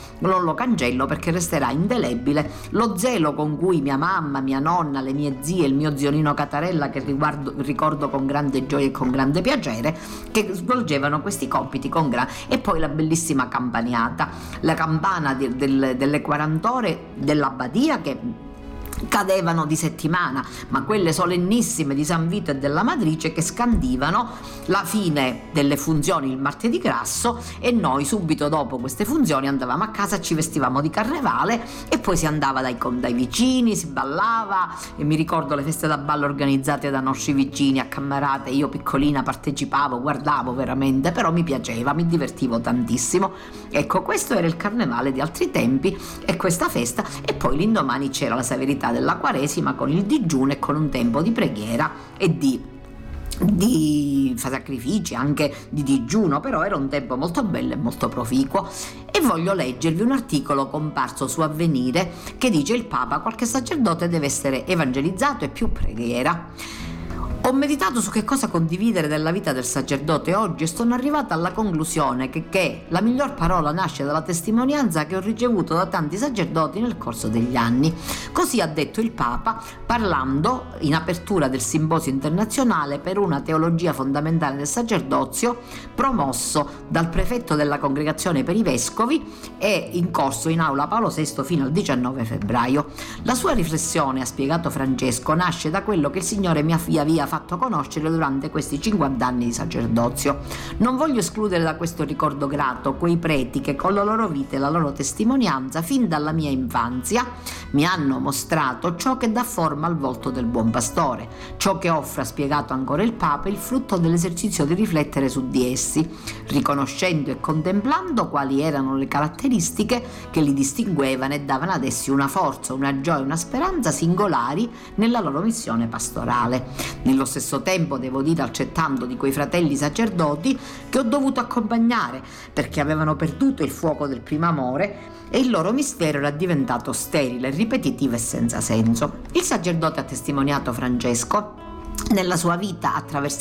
C: lo cancello, perché resterà indelebile lo zelo con cui mia mamma, mia nonna, le mie zie, il mio zio Nino Catarella, che ricordo con grande gioia e con grande piacere, che svolgevano questi compiti e poi la bellissima campaniata, la campana delle 40 ore dell'abbadia, che cadevano di settimana, ma quelle solennissime di San Vito e della Matrice che scandivano la fine delle funzioni il martedì grasso, e noi subito dopo queste funzioni andavamo a casa, ci vestivamo di carnevale e poi si andava dai vicini, si ballava, e mi ricordo le feste da ballo organizzate da nostri vicini a Cammarate. Io piccolina partecipavo, guardavo veramente, però mi piaceva, mi divertivo tantissimo. Ecco, questo era il carnevale di altri tempi e questa festa, e poi l'indomani c'era la severità della Quaresima con il digiuno e con un tempo di preghiera e di sacrifici, anche di digiuno, però era un tempo molto bello e molto proficuo. E voglio leggervi un articolo comparso su Avvenire che dice: il Papa, qualche sacerdote deve essere evangelizzato e più preghiera. Ho meditato su che cosa condividere della vita del sacerdote oggi e sono arrivata alla conclusione che la miglior parola nasce dalla testimonianza che ho ricevuto da tanti sacerdoti nel corso degli anni. Così ha detto il Papa parlando in apertura del simposio internazionale per una teologia fondamentale del sacerdozio, promosso dal prefetto della Congregazione per i Vescovi e in corso in aula Paolo VI fino al 19 febbraio. La sua riflessione, ha spiegato Francesco, nasce da quello che il Signore mi ha via via fatto conoscere durante questi 50 anni di sacerdozio. Non voglio escludere da questo ricordo grato quei preti che con la loro vita e la loro testimonianza fin dalla mia infanzia mi hanno mostrato ciò che dà forma al volto del buon pastore, ciò che offre, ha spiegato ancora il Papa, il frutto dell'esercizio di riflettere su di essi, riconoscendo e contemplando quali erano le caratteristiche che li distinguevano e davano ad essi una forza, una gioia e una speranza singolari nella loro missione pastorale. Nello stesso tempo devo dire accettando di quei fratelli sacerdoti che ho dovuto accompagnare perché avevano perduto il fuoco del primo amore e il loro mistero era diventato sterile, ripetitivo e senza senso. Il sacerdote, ha testimoniato Francesco, nella sua vita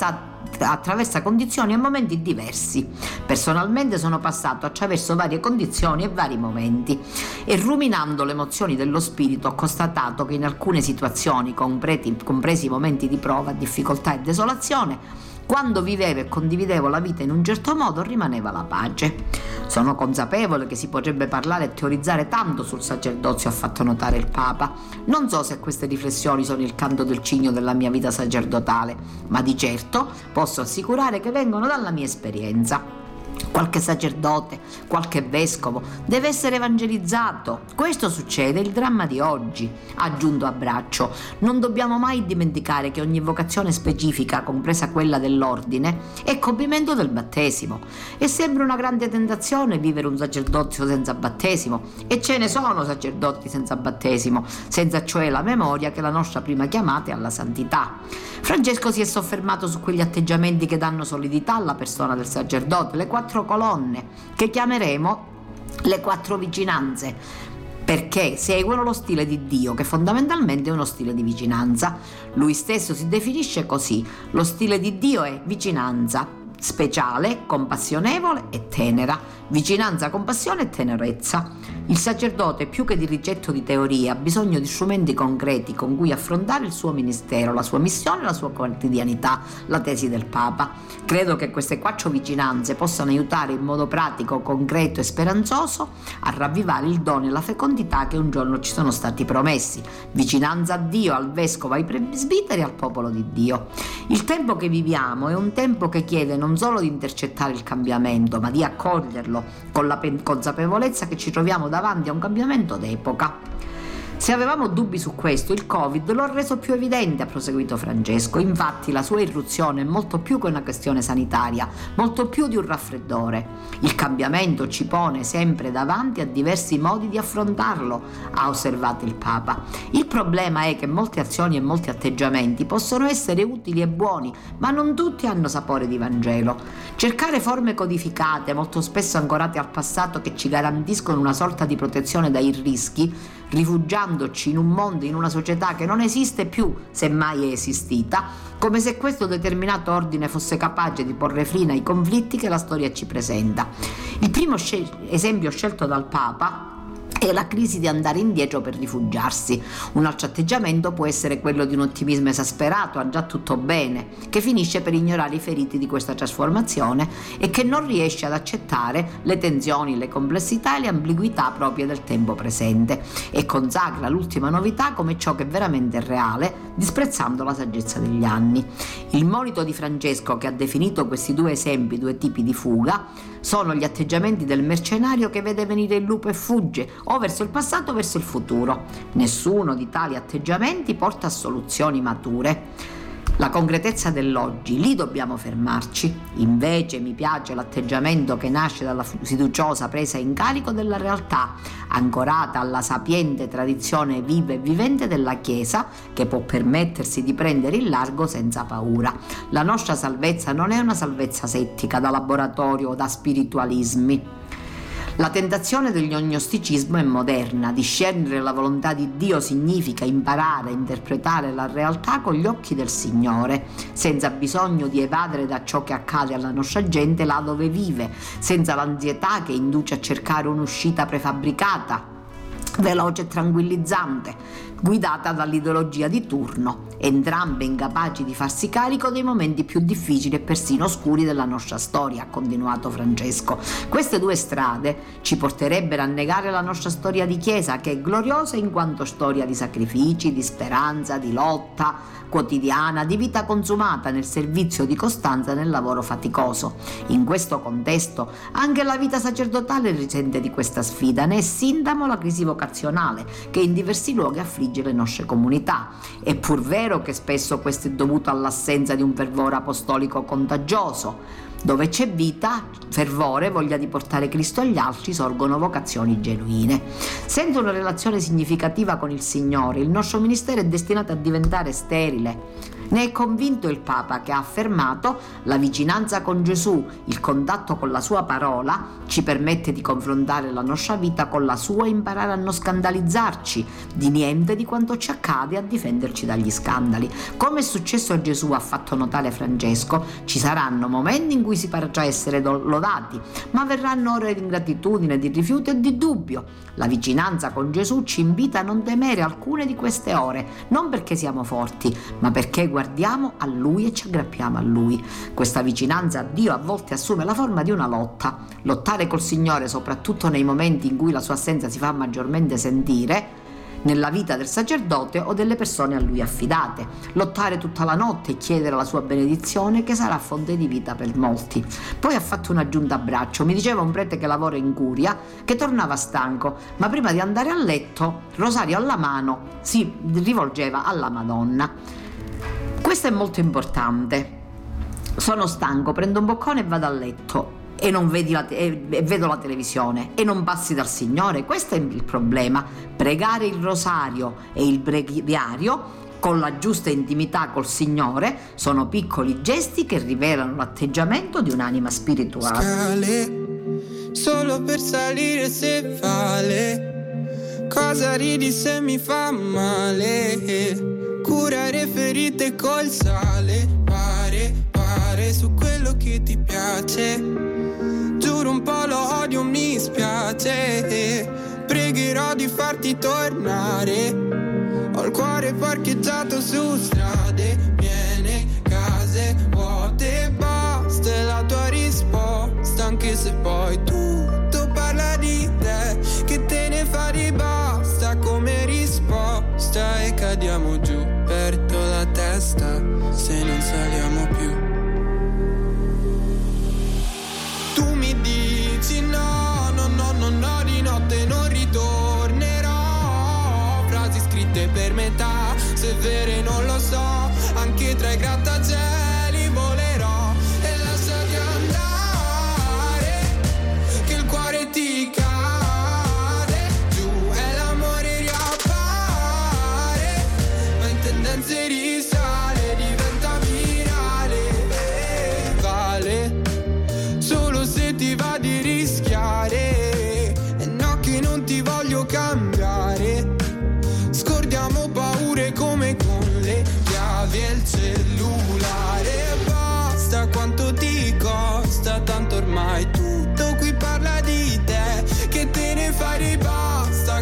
C: attraversa condizioni e momenti diversi. Personalmente sono passato attraverso varie condizioni e vari momenti e ruminando le emozioni dello spirito ho constatato che in alcune situazioni, compresi momenti di prova, difficoltà e desolazione, quando vivevo e condividevo la vita in un certo modo rimaneva la pace. Sono consapevole che si potrebbe parlare e teorizzare tanto sul sacerdozio, ha fatto notare il Papa. Non so se queste riflessioni sono il canto del cigno della mia vita sacerdotale, ma di certo posso assicurare che vengono dalla mia esperienza. Qualche sacerdote, qualche vescovo deve essere evangelizzato. Questo succede, è il dramma di oggi, ha aggiunto a braccio. Non dobbiamo mai dimenticare che ogni vocazione specifica, compresa quella dell'ordine, è compimento del battesimo. E sembra una grande tentazione vivere un sacerdozio senza battesimo, e ce ne sono sacerdoti senza battesimo, senza cioè la memoria che la nostra prima chiamata è alla santità. Francesco si è soffermato su quegli atteggiamenti che danno solidità alla persona del sacerdote, le 4 colonne, che chiameremo le 4 vicinanze, perché seguono lo stile di Dio, che fondamentalmente è uno stile di vicinanza. Lui stesso si definisce così: lo stile di Dio è vicinanza speciale, compassionevole e tenera, vicinanza, compassione e tenerezza. Il sacerdote, più che di ricetto di teoria, ha bisogno di strumenti concreti con cui affrontare il suo ministero, la sua missione, la sua quotidianità, la tesi del Papa. Credo che queste 4 vicinanze possano aiutare in modo pratico, concreto e speranzoso a ravvivare il dono e la fecondità che un giorno ci sono stati promessi: vicinanza a Dio, al vescovo, ai presbiteri e al popolo di Dio. Il tempo che viviamo è un tempo che chiede non solo di intercettare il cambiamento, ma di accoglierlo con la consapevolezza che ci troviamo davanti a un cambiamento d'epoca. Se avevamo dubbi su questo, il Covid lo ha reso più evidente, ha proseguito Francesco. Infatti la sua irruzione è molto più che una questione sanitaria, molto più di un raffreddore. Il cambiamento ci pone sempre davanti a diversi modi di affrontarlo, ha osservato il Papa. Il problema è che molte azioni e molti atteggiamenti possono essere utili e buoni, ma non tutti hanno sapore di Vangelo. Cercare forme codificate, molto spesso ancorate al passato, che ci garantiscono una sorta di protezione dai rischi, rifugiandoci in un mondo, in una società che non esiste più, se mai è esistita, come se questo determinato ordine fosse capace di porre fine ai conflitti che la storia ci presenta. Il primo esempio scelto dal Papa e la crisi di andare indietro per rifugiarsi. Un altro atteggiamento può essere quello di un ottimismo esasperato, ha già tutto bene, che finisce per ignorare i feriti di questa trasformazione e che non riesce ad accettare le tensioni, le complessità e le ambiguità proprie del tempo presente e consacra l'ultima novità come ciò che veramente è reale, disprezzando la saggezza degli anni. Il monito di Francesco, che ha definito questi due esempi, due tipi di fuga, sono gli atteggiamenti del mercenario che vede venire il lupo e fugge, o verso il passato o verso il futuro. Nessuno di tali atteggiamenti porta a soluzioni mature. La concretezza dell'oggi, lì dobbiamo fermarci. Invece mi piace l'atteggiamento che nasce dalla fiduciosa presa in carico della realtà, ancorata alla sapiente tradizione viva e vivente della Chiesa, che può permettersi di prendere il largo senza paura. La nostra salvezza non è una salvezza settica da laboratorio o da spiritualismi. La tentazione del gnosticismo è moderna. Discernere la volontà di Dio significa imparare a interpretare la realtà con gli occhi del Signore, senza bisogno di evadere da ciò che accade alla nostra gente là dove vive, senza l'ansietà che induce a cercare un'uscita prefabbricata, veloce e tranquillizzante, guidata dall'ideologia di turno, entrambe incapaci di farsi carico dei momenti più difficili e persino oscuri della nostra storia, ha continuato Francesco. Queste due strade ci porterebbero a negare la nostra storia di Chiesa, che è gloriosa in quanto storia di sacrifici, di speranza, di lotta quotidiana, di vita consumata nel servizio di costanza nel lavoro faticoso. In questo contesto anche la vita sacerdotale risente di questa sfida, ne è sintomo la crisi vocazionale che in diversi luoghi affligge le nostre comunità. È pur vero che spesso questo è dovuto all'assenza di un fervore apostolico contagioso. Dove c'è vita, fervore, voglia di portare Cristo agli altri, sorgono vocazioni genuine. Senza una relazione significativa con il Signore, il nostro ministero è destinato a diventare sterile. Ne è convinto il Papa, che ha affermato: la vicinanza con Gesù, il contatto con la sua parola, ci permette di confrontare la nostra vita con la sua e imparare a non scandalizzarci di niente di quanto ci accade, a difenderci dagli scandali. Come è successo a Gesù, ha fatto notare Francesco, ci saranno momenti in cui si potrà essere lodati, ma verranno ore di ingratitudine, di rifiuto e di dubbio. La vicinanza con Gesù ci invita a non temere alcune di queste ore, non perché siamo forti, ma perché guardiamo a Lui e ci aggrappiamo a Lui. Questa vicinanza a Dio a volte assume la forma di una lotta. Lottare col Signore, soprattutto nei momenti in cui la sua assenza si fa maggiormente sentire nella vita del sacerdote o delle persone a Lui affidate. Lottare tutta la notte e chiedere la sua benedizione, che sarà fonte di vita per molti. Poi ha fatto un'aggiunta a braccio. Mi diceva un prete che lavora in curia che tornava stanco, ma prima di andare a letto, rosario alla mano, si rivolgeva alla Madonna. Questo è molto importante. Sono stanco, prendo un boccone e vado a letto e non vedo la televisione e non passi dal Signore. Questo è il problema. Pregare il rosario e il breviario con la giusta intimità col Signore sono piccoli gesti che rivelano l'atteggiamento di un'anima spirituale.
E: Scale, solo per salire se vale. Cosa ridi se mi fa male? Curare ferite col sale. Pare su quello che ti piace. Giuro un po' lo odio, mi spiace. Pregherò di farti tornare. Ho il cuore parcheggiato su strade piene, case vuote, basta è la tua risposta. Anche se poi tutto parla di te, che te ne fai basta come risposta. E cadiamo giù, perdo la testa se non saliamo più. Tu mi dici no, di notte non ritornerò. Frasi scritte per metà, se vere non lo so. Anche tra i grattacieli volerò. E lasciati andare, che il cuore ti cade giù e l'amore riappare, ma in tendenze risale, diventa virale. Vale solo se ti va di rischiare, e no che non ti voglio cambiare. Scordiamo paure come con le chiavi e il cellulare. Basta, quanto ti costa, tanto ormai tutto qui parla di te, che te ne fai basta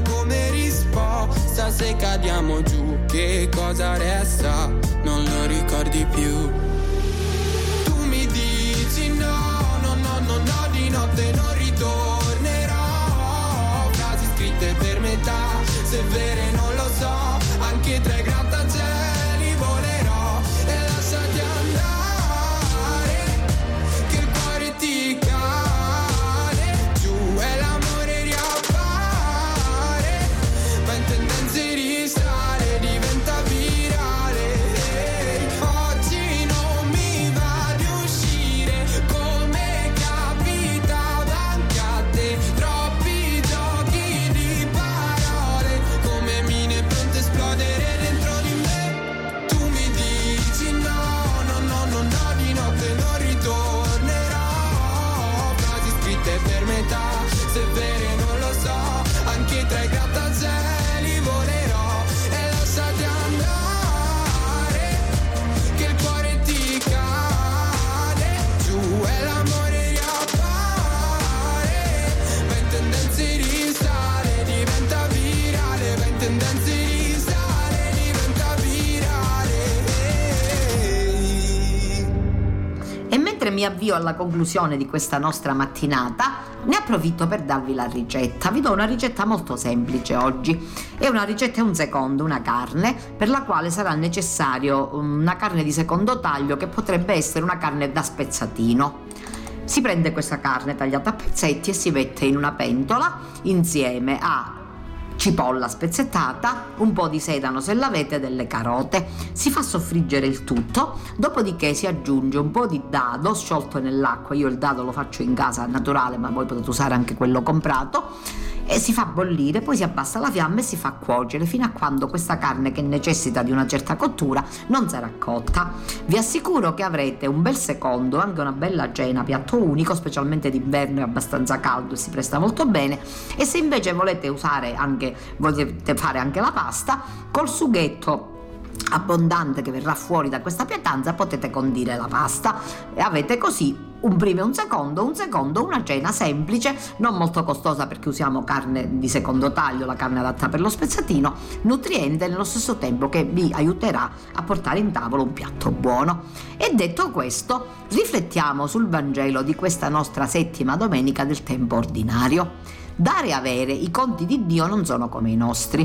E: cosa resta, non lo ricordi più. Tu mi dici no, no, no, no, no, di notte non ritornerò. Frasi scritte per metà, se vere non lo so, anche tra i grattacieli volerò e lasciati andare, che il cuore ti cade giù e l'amore riappare, va in tendenze risale, diventa virale. Oggi non mi va di uscire come capitava anche a te, troppi giochi di parole come mine pronte a esplodere dentro di me. Tu mi dici no, no, no, no, no, di notte non ritornerò. Frasi scritte per metà, se vere non lo so, anche tra i grattacieli volerò e lasciati andare, che il cuore ti cade giù e l'amore riappare, va in tendenze risale, diventa virale, va in tendenze risale, diventa virale.
C: E mentre mi avvio alla conclusione di questa nostra mattinata, ne approfitto per darvi la ricetta. Vi do una ricetta molto semplice oggi. È una ricetta un secondo, una carne, per la quale sarà necessario una carne di secondo taglio, che potrebbe essere una carne da spezzatino. Si prende questa carne tagliata a pezzetti e si mette in una pentola insieme a cipolla spezzettata, un po' di sedano se l'avete, delle carote. Si fa soffriggere il tutto, dopodiché si aggiunge un po' di dado sciolto nell'acqua. Io il dado lo faccio in casa naturale, ma voi potete usare anche quello comprato, e si fa bollire, poi si abbassa la fiamma e si fa cuocere fino a quando questa carne, che necessita di una certa cottura, non sarà cotta. Vi assicuro che avrete un bel secondo, anche una bella cena, piatto unico, specialmente d'inverno, è abbastanza caldo e si presta molto bene. E se invece volete fare anche la pasta, col sughetto abbondante che verrà fuori da questa pietanza potete condire la pasta e avete così un primo e un secondo, una cena semplice, non molto costosa perché usiamo carne di secondo taglio, la carne adatta per lo spezzatino, nutriente nello stesso tempo che vi aiuterà a portare in tavola un piatto buono. E detto questo, riflettiamo sul Vangelo di questa nostra settima domenica del tempo ordinario. Dare e avere, i conti di Dio non sono come i nostri.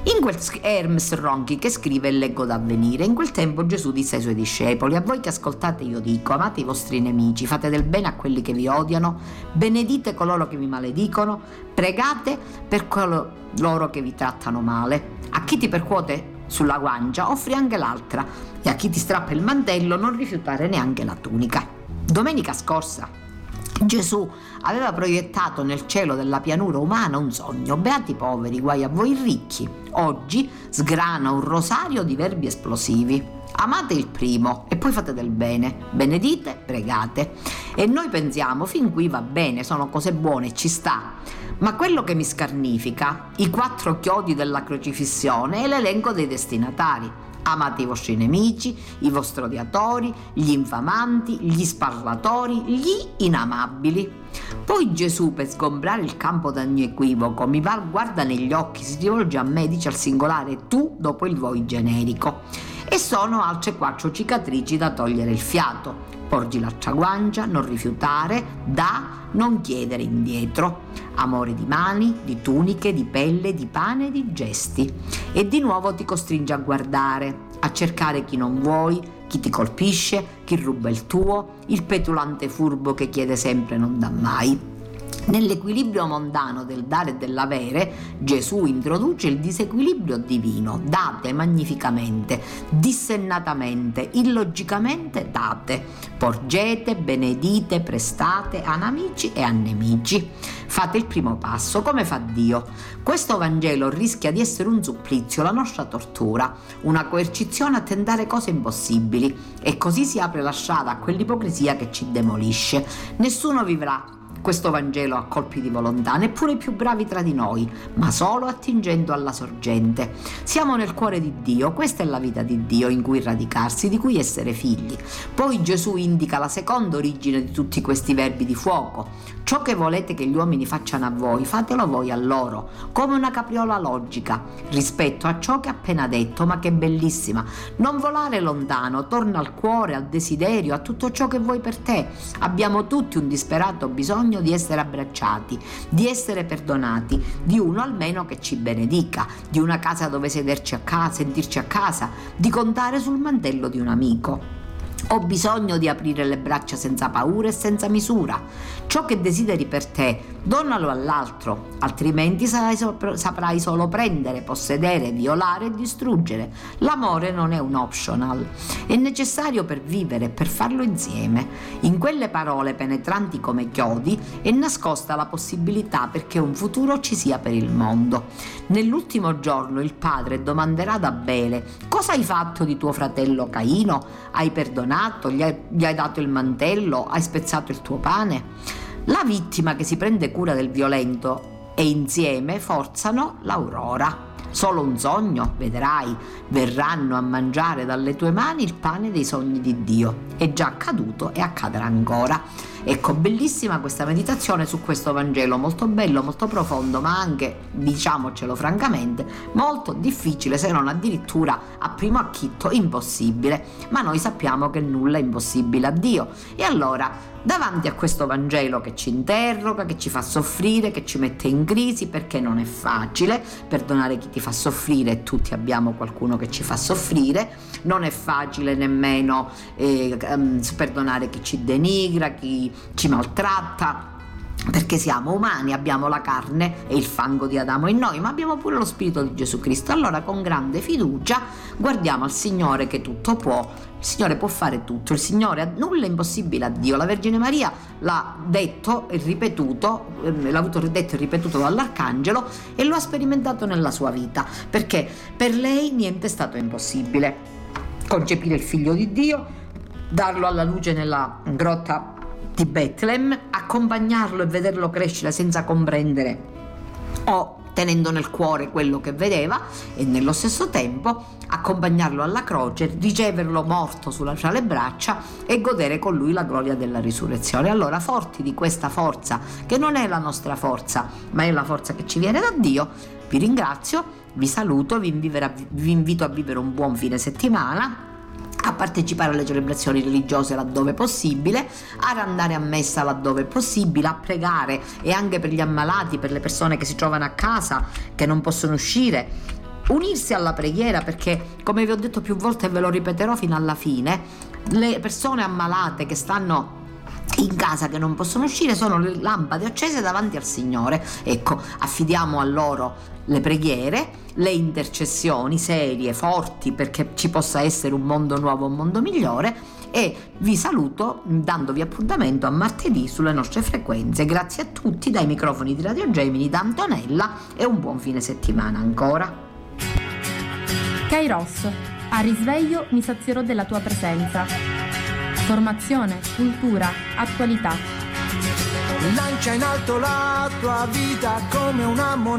C: È Ernst Ronchi che scrive e leggo da Avvenire: in quel tempo Gesù disse ai suoi discepoli: a voi che ascoltate io dico, amate i vostri nemici, fate del bene a quelli che vi odiano, benedite coloro che vi maledicono, pregate per coloro che vi trattano male. A chi ti percuote sulla guancia offri anche l'altra, e a chi ti strappa il mantello non rifiutare neanche la tunica. Domenica scorsa Gesù aveva proiettato nel cielo della pianura umana un sogno: beati i poveri, guai a voi ricchi. Oggi sgrana un rosario di verbi esplosivi: amate il primo e poi fate del bene, benedite, pregate. E noi pensiamo: fin qui va bene, sono cose buone, ci sta. Ma quello che mi scarnifica, i 4 chiodi della crocifissione, è l'elenco dei destinatari. Amate i vostri nemici, i vostri odiatori, gli infamanti, gli sparlatori, gli inamabili. Poi Gesù, per sgombrare il campo da ogni equivoco, mi guarda negli occhi, si rivolge a me, dice al singolare tu dopo il voi generico. E sono altre 4 cicatrici da togliere il fiato: porgi l'altra guancia, non rifiutare, da, non chiedere indietro, amore di mani, di tuniche, di pelle, di pane, di gesti. E di nuovo ti costringe a guardare, a cercare chi non vuoi, chi ti colpisce, chi ruba il tuo, il petulante furbo che chiede sempre e non dà mai. Nell'equilibrio mondano del dare e dell'avere, Gesù introduce il disequilibrio divino: date magnificamente, dissennatamente, illogicamente date, porgete, benedite, prestate ad amici e a nemici. Fate il primo passo come fa Dio. Questo Vangelo rischia di essere un supplizio, la nostra tortura, una coercizione a tentare cose impossibili, e così si apre la strada a quell'ipocrisia che ci demolisce. Nessuno vivrà questo Vangelo a colpi di volontà, neppure i più bravi tra di noi, ma solo attingendo alla sorgente. Siamo nel cuore di Dio, questa è la vita di Dio in cui radicarsi, di cui essere figli. Poi Gesù indica la seconda origine di tutti questi verbi di fuoco. Ciò che volete che gli uomini facciano a voi, fatelo voi a loro, come una capriola logica, rispetto a ciò che ha appena detto, ma che è bellissima. Non volare lontano, torna al cuore, al desiderio, a tutto ciò che vuoi per te. Abbiamo tutti un disperato bisogno di essere abbracciati, di essere perdonati, di uno almeno che ci benedica, di una casa dove sederci a casa, sentirci a casa, di contare sul mantello di un amico. Ho bisogno di aprire le braccia senza paura e senza misura. Ciò che desideri per te, donnalo all'altro, altrimenti saprai solo prendere, possedere, violare e distruggere. L'amore non è un optional, è necessario per vivere, per farlo insieme. In quelle parole penetranti come chiodi è nascosta la possibilità perché un futuro ci sia per il mondo. Nell'ultimo giorno il padre domanderà ad Abele: cosa hai fatto di tuo fratello Caino? Hai perdonato? Gli hai dato il mantello? Hai spezzato il tuo pane? La vittima che si prende cura del violento e insieme forzano l'aurora. Solo un sogno, vedrai, verranno a mangiare dalle tue mani il pane dei sogni di Dio. È già accaduto e accadrà ancora. Ecco, bellissima questa meditazione su questo Vangelo, molto bello, molto profondo, ma anche, diciamocelo francamente, molto difficile, se non addirittura a primo acchitto impossibile. Ma noi sappiamo che nulla è impossibile a Dio. E allora, davanti a questo Vangelo che ci interroga, che ci fa soffrire, che ci mette in crisi, perché non è facile perdonare chi ti fa soffrire, e tutti abbiamo qualcuno che ci fa soffrire, non è facile nemmeno perdonare chi ci denigra, chi ci maltratta, perché siamo umani, abbiamo la carne e il fango di Adamo in noi, ma abbiamo pure lo spirito di Gesù Cristo. Allora con grande fiducia guardiamo al Signore che tutto può. Il Signore può fare tutto, il Signore, nulla è impossibile a Dio. La Vergine Maria l'ha detto e ripetuto, l'ha avuto detto e ripetuto dall'Arcangelo, e lo ha sperimentato nella sua vita, perché per lei niente è stato impossibile. Concepire il figlio di Dio, darlo alla luce nella grotta di Betlem, accompagnarlo e vederlo crescere senza comprendere o tenendo nel cuore quello che vedeva, e nello stesso tempo accompagnarlo alla croce, riceverlo morto tra le braccia e godere con lui la gloria della risurrezione. Allora, forti di questa forza, che non è la nostra forza, ma è la forza che ci viene da Dio, vi ringrazio, vi saluto, vi invito a vivere un buon fine settimana, a partecipare alle celebrazioni religiose laddove possibile, ad andare a messa laddove possibile, a pregare, e anche per gli ammalati, per le persone che si trovano a casa, che non possono uscire, unirsi alla preghiera, perché, come vi ho detto più volte e ve lo ripeterò fino alla fine, le persone ammalate che stanno in casa, che non possono uscire, sono le lampade accese davanti al Signore. Ecco, affidiamo a loro le preghiere, le intercessioni serie, forti, perché ci possa essere un mondo nuovo, un mondo migliore, e vi saluto dandovi appuntamento a martedì sulle nostre frequenze. Grazie a tutti dai microfoni di Radio Gemini, da Antonella, e un buon fine settimana ancora.
A: Kairos, a risveglio mi sazierò della tua presenza. Formazione, cultura, attualità.
B: Lancia in alto la tua vita come una moneta.